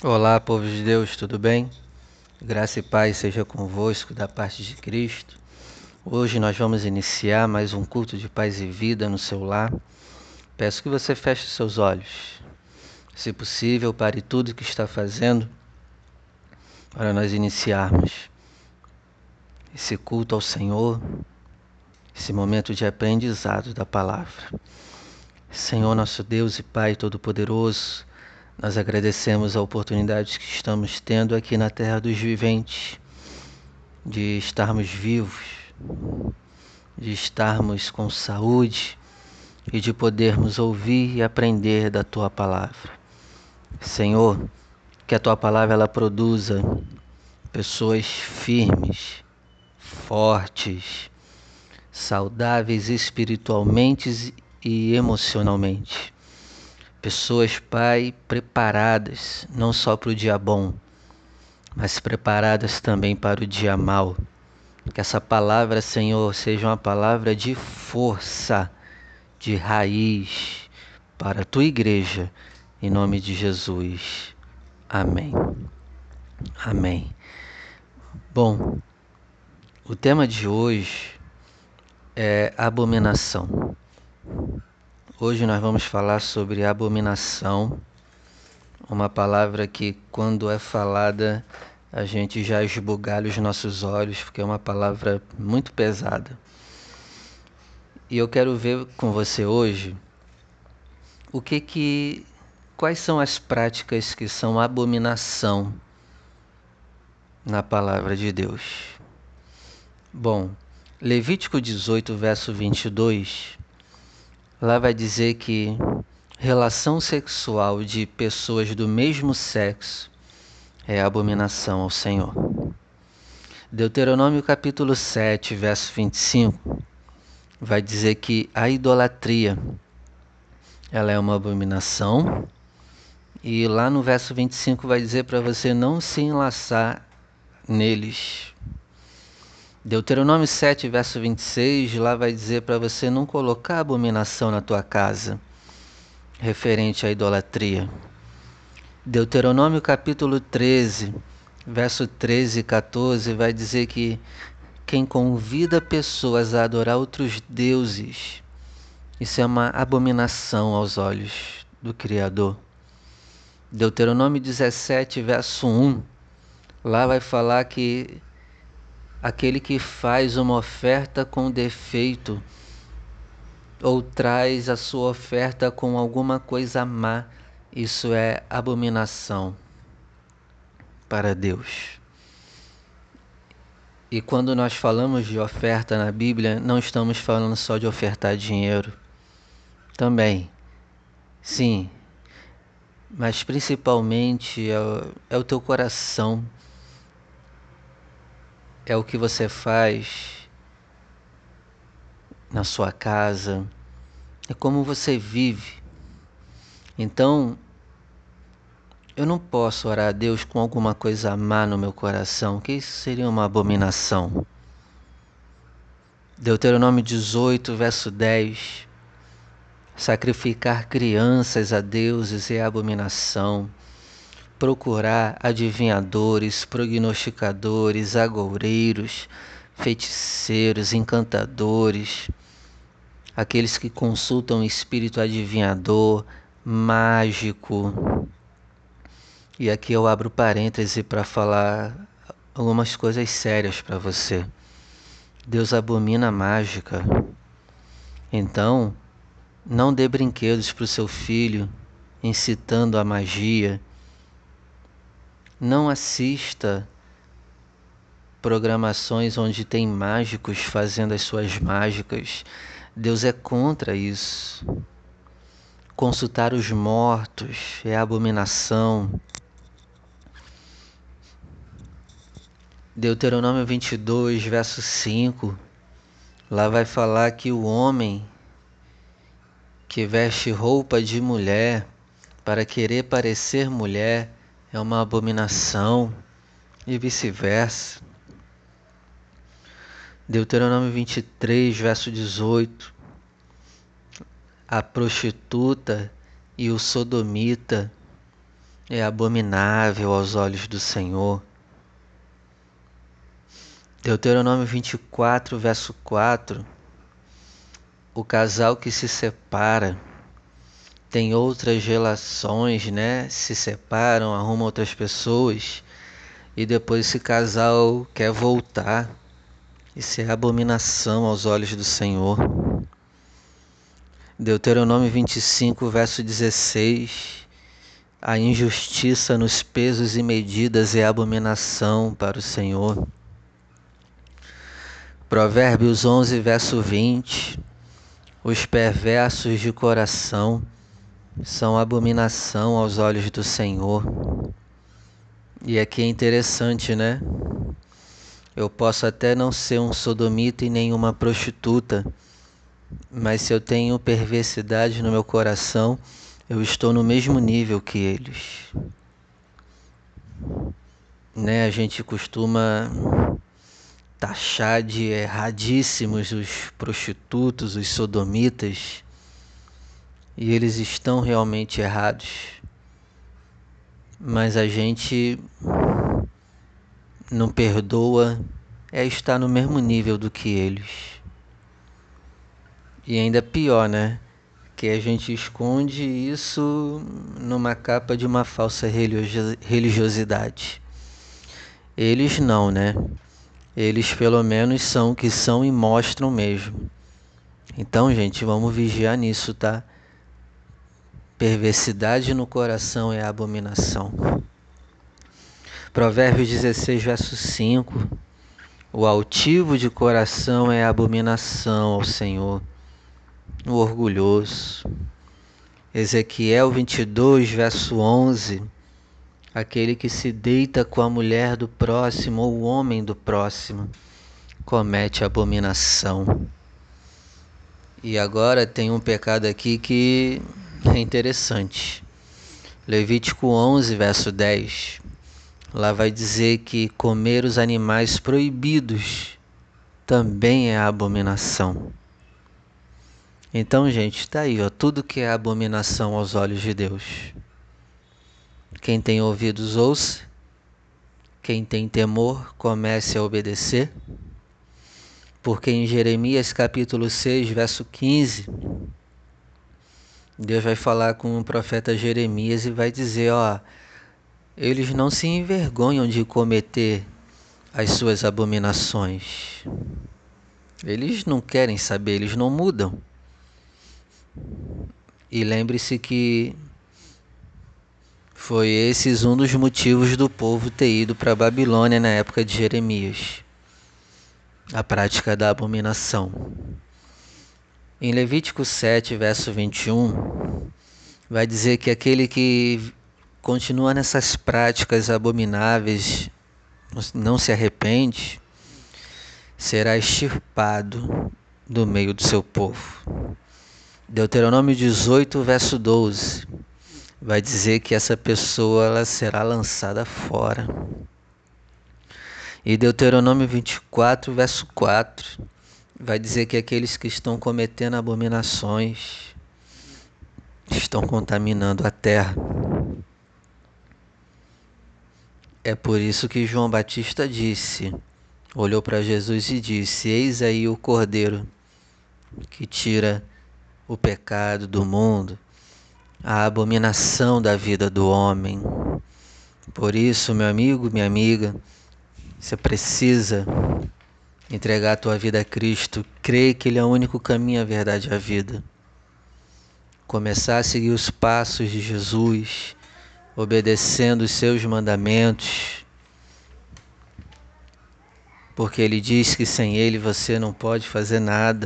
Olá, povo de Deus, tudo bem? Graça e paz seja convosco da parte de Cristo. Hoje nós vamos iniciar mais um culto de paz e vida no seu lar. Peço que você feche seus olhos. Se possível, pare tudo o que está fazendo para nós iniciarmos esse culto ao Senhor, esse momento de aprendizado da palavra. Senhor, nosso Deus e Pai Todo-Poderoso, nós agradecemos a oportunidade que estamos tendo aqui na terra dos viventes, de estarmos vivos, de estarmos com saúde e de podermos ouvir e aprender da Tua Palavra. Senhor, que a Tua Palavra ela produza pessoas firmes, fortes, saudáveis espiritualmente e emocionalmente. Pessoas, Pai, preparadas não só para o dia bom, mas preparadas também para o dia mau. Que essa palavra, Senhor, seja uma palavra de força, de raiz para a tua igreja, em nome de Jesus. Amém. Amém. Bom, o tema de hoje é abominação. Hoje nós vamos falar sobre abominação, uma palavra que quando é falada a gente já esbugalha os nossos olhos, porque é uma palavra muito pesada. E eu quero ver com você hoje quais são as práticas que são abominação na palavra de Deus. Bom, Levítico 18, verso 22, lá vai dizer que relação sexual de pessoas do mesmo sexo é abominação ao Senhor. Deuteronômio capítulo 7, verso 25, vai dizer que a idolatria ela é uma abominação. E lá no verso 25 vai dizer para você não se enlaçar neles. Deuteronômio 7, verso 26, lá vai dizer para você não colocar abominação na tua casa, referente à idolatria. Deuteronômio capítulo 13, verso 13 e 14, vai dizer que quem convida pessoas a adorar outros deuses, isso é uma abominação aos olhos do Criador. Deuteronômio 17, verso 1, lá vai falar que aquele que faz uma oferta com defeito ou traz a sua oferta com alguma coisa má, isso é abominação para Deus. E quando nós falamos de oferta na Bíblia, não estamos falando só de ofertar dinheiro. Também, sim, mas principalmente é o teu coração, é o que você faz na sua casa, é como você vive. Então, eu não posso orar a Deus com alguma coisa má no meu coração, que isso seria uma abominação. Deuteronômio 18, verso 10. Sacrificar crianças a deuses é abominação. Procurar adivinhadores, prognosticadores, agoureiros, feiticeiros, encantadores, aqueles que consultam espírito adivinhador, mágico. E aqui eu abro parêntese para falar algumas coisas sérias para você. Deus abomina a mágica. Então, não dê brinquedos para o seu filho incitando a magia. Não assista programações onde tem mágicos fazendo as suas mágicas. Deus é contra isso. Consultar os mortos é abominação. Deuteronômio 22, verso 5, lá vai falar que o homem que veste roupa de mulher para querer parecer mulher é uma abominação e vice-versa. Deuteronômio 23, verso 18, a prostituta e o sodomita é abominável aos olhos do Senhor. Deuteronômio 24, verso 4. O casal que se separa tem outras relações, né? Se separam, arrumam outras pessoas e depois esse casal quer voltar. Isso é abominação aos olhos do Senhor. Deuteronômio 25, verso 16. A injustiça nos pesos e medidas é abominação para o Senhor. Provérbios 11, verso 20. Os perversos de coração são abominação aos olhos do Senhor. E aqui é interessante, né? Eu posso até não ser um sodomita e nenhuma prostituta, mas se eu tenho perversidade no meu coração, eu estou no mesmo nível que eles. Né? A gente costuma taxar de erradíssimos os prostitutos, os sodomitas, e eles estão realmente errados. Mas a gente não perdoa, estar no mesmo nível do que eles. E ainda pior, né? Que a gente esconde isso numa capa de uma falsa religiosidade. Eles não, né? Eles pelo menos são o que são e mostram mesmo. Então, gente, vamos vigiar nisso, tá? Perversidade no coração é abominação. Provérbios 16, verso 5. O altivo de coração é abominação ao Senhor, o orgulhoso. Ezequiel 22, verso 11. Aquele que se deita com a mulher do próximo ou o homem do próximo comete abominação. E agora tem um pecado aqui que é interessante. Levítico 11, verso 10. Lá vai dizer que comer os animais proibidos também é abominação. Então, gente, está aí, ó, tudo que é abominação aos olhos de Deus. Quem tem ouvidos, ouça. Quem tem temor, comece a obedecer. Porque em Jeremias capítulo 6, verso 15, Deus vai falar com o profeta Jeremias e vai dizer, ó, eles não se envergonham de cometer as suas abominações. Eles não querem saber, eles não mudam. E lembre-se que foi esses um dos motivos do povo ter ido para a Babilônia na época de Jeremias. A prática da abominação. Em Levítico 7, verso 21, vai dizer que aquele que continua nessas práticas abomináveis, não se arrepende, será extirpado do meio do seu povo. Deuteronômio 18, verso 12, vai dizer que essa pessoa ela será lançada fora. E Deuteronômio 24, verso 4, vai dizer que aqueles que estão cometendo abominações estão contaminando a terra. É por isso que João Batista olhou para Jesus e disse, eis aí o Cordeiro que tira o pecado do mundo, a abominação da vida do homem. Por isso, meu amigo, minha amiga, você precisa entregar a tua vida a Cristo, crer que Ele é o único caminho, a verdade e a vida. Começar a seguir os passos de Jesus, obedecendo os seus mandamentos, porque Ele diz que sem Ele você não pode fazer nada.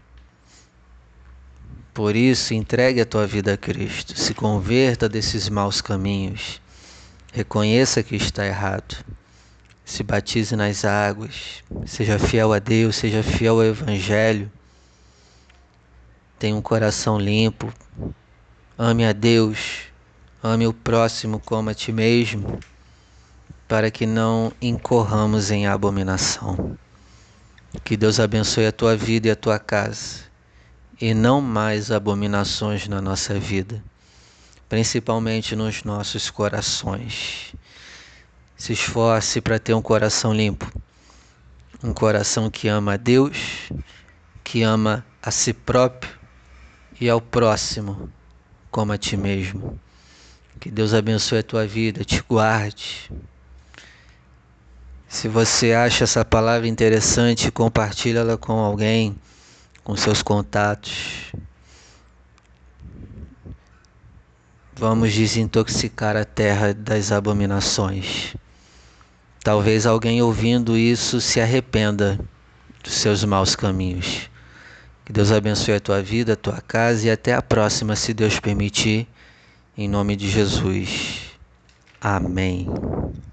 Por isso, entregue a tua vida a Cristo, se converta desses maus caminhos, reconheça que está errado, se batize nas águas, seja fiel a Deus, seja fiel ao Evangelho, tenha um coração limpo, ame a Deus, ame o próximo como a ti mesmo, para que não incorramos em abominação. Que Deus abençoe a tua vida e a tua casa, e não mais abominações na nossa vida. principalmente nos nossos corações. Se esforce para ter um coração limpo, um coração que ama a Deus, que ama a si próprio e ao próximo como a ti mesmo. Que Deus abençoe a tua vida, te guarde. Se você acha essa palavra interessante, compartilha ela com alguém, com seus contatos. Vamos desintoxicar a terra das abominações. Talvez alguém ouvindo isso se arrependa dos seus maus caminhos. Que Deus abençoe a tua vida, a tua casa e até a próxima, se Deus permitir, em nome de Jesus. Amém.